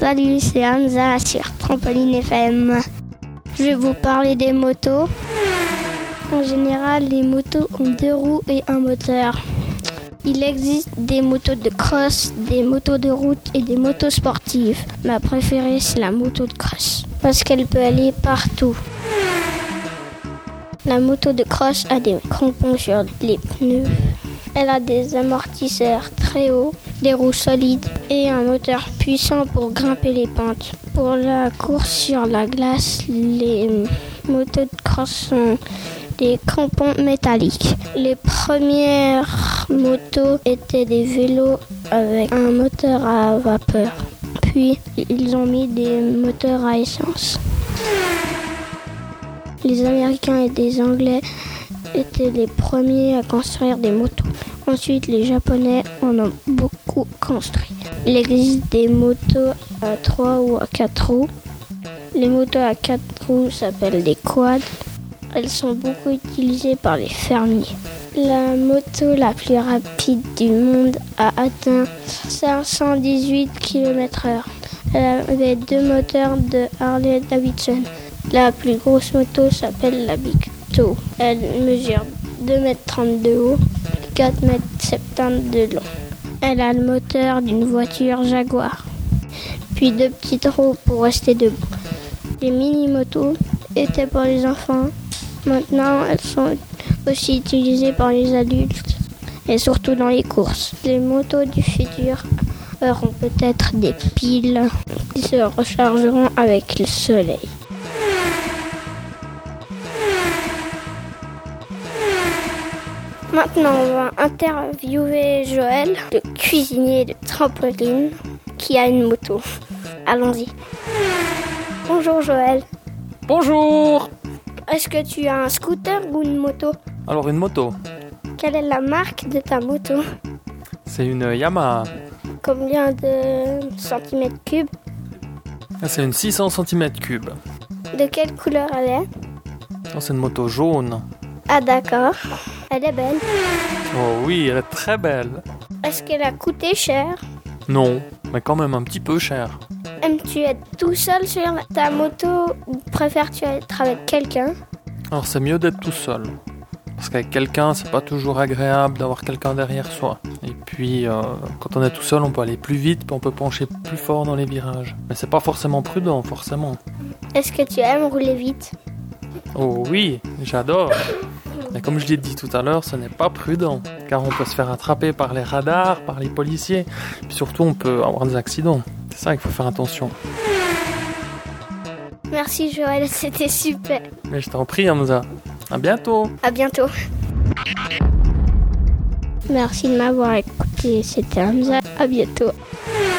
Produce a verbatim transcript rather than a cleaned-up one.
Salut, c'est Hamza sur Trampoline F M. Je vais vous parler des motos. En général, les motos ont deux roues et un moteur. Il existe des motos de cross, des motos de route et des motos sportives. Ma préférée, c'est la moto de cross parce qu'elle peut aller partout. La moto de cross a des crampons sur les pneus. Elle a des amortisseurs très hauts, des roues solides et un moteur puissant pour grimper les pentes. Pour la course sur la glace, les motos de cross sont des crampons métalliques. Les premières motos étaient des vélos avec un moteur à vapeur. Puis, ils ont mis des moteurs à essence. Les Américains et les Anglais étaient les premiers à construire des motos. Ensuite, les Japonais en ont beaucoup construit. Il existe des motos à trois ou à quatre roues. Les motos à quatre roues s'appellent des quads. Elles sont beaucoup utilisées par les fermiers. La moto la plus rapide du monde a atteint cinq cent dix-huit kilomètres heure. Elle avait deux moteurs de Harley Davidson. La plus grosse moto s'appelle la Big Two. Elle mesure deux mètres trente de haut et quatre mètres soixante-dix de long. Elle a le moteur d'une voiture Jaguar, puis deux petites roues pour rester debout. Les mini-motos étaient pour les enfants. Maintenant, elles sont aussi utilisées par les adultes et surtout dans les courses. Les motos du futur auront peut-être des piles qui se rechargeront avec le soleil. Maintenant, on va interviewer Joël, le cuisinier de Trampoline, qui a une moto. Allons-y. Bonjour Joël. Bonjour. Est-ce que tu as un scooter ou une moto? Alors une moto. Quelle est la marque de ta moto? C'est une Yamaha. Combien de centimètres cubes? C'est une six cents centimètres cubes. De quelle couleur elle est? Oh, c'est une moto jaune. Ah d'accord. Elle est belle. Oh oui, elle est très belle. Est-ce qu'elle a coûté cher? Non, mais quand même un petit peu cher. Aimes-tu être tout seul sur ta moto ou préfères-tu être avec quelqu'un? Alors c'est mieux d'être tout seul. Parce qu'avec quelqu'un, c'est pas toujours agréable d'avoir quelqu'un derrière soi. Et puis, euh, quand on est tout seul, on peut aller plus vite, puis on peut pencher plus fort dans les virages. Mais c'est pas forcément prudent, forcément. Est-ce que tu aimes rouler vite? Oh oui, j'adore. Mais comme je l'ai dit tout à l'heure, ce n'est pas prudent. Car on peut se faire attraper par les radars, par les policiers. Puis surtout, on peut avoir des accidents. C'est ça qu'il faut faire attention. Merci Joël, c'était super. Mais je t'en prie, Hamza. À bientôt. À bientôt. Merci de m'avoir écouté. C'était Hamza. À bientôt.